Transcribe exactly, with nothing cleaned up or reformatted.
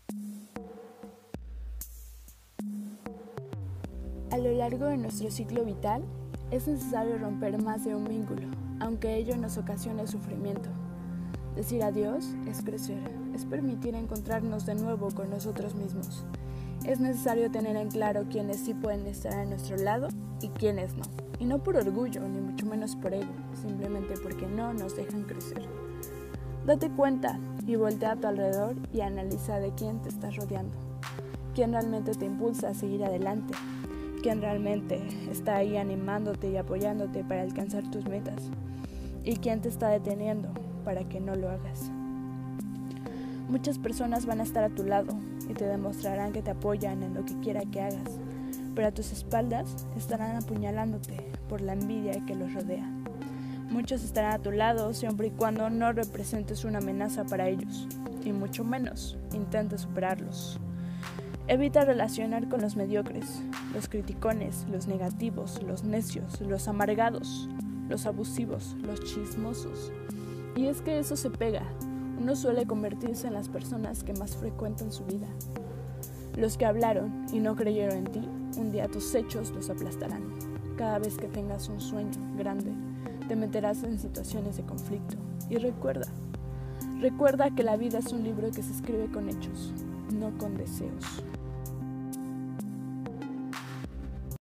A lo largo de nuestro ciclo vital, es necesario romper más de un vínculo, aunque ello nos ocasione sufrimiento. Decir adiós es crecer, es permitir encontrarnos de nuevo con nosotros mismos. Es necesario tener en claro quiénes sí pueden estar a nuestro lado y quiénes no. Y no por orgullo, ni mucho menos por ego, simplemente porque no nos dejan crecer. Date cuenta y voltea a tu alrededor y analiza de quién te estás rodeando. Quién realmente te impulsa a seguir adelante. Quién realmente está ahí animándote y apoyándote para alcanzar tus metas. Y quién te está deteniendo para que no lo hagas. Muchas personas van a estar a tu lado y te demostrarán que te apoyan en lo que quiera que hagas, pero a tus espaldas estarán apuñalándote por la envidia que los rodea. Muchos estarán a tu lado siempre y cuando no representes una amenaza para ellos, y mucho menos intentes superarlos. Evita relacionar con los mediocres, los criticones, los negativos, los necios, los amargados, los abusivos, los chismosos. Y es que eso se pega. Uno suele convertirse en las personas que más frecuentan su vida. Los que hablaron y no creyeron en ti, un día tus hechos los aplastarán. Cada vez que tengas un sueño grande, te meterás en situaciones de conflicto. Y recuerda, recuerda que la vida es un libro que se escribe con hechos, no con deseos.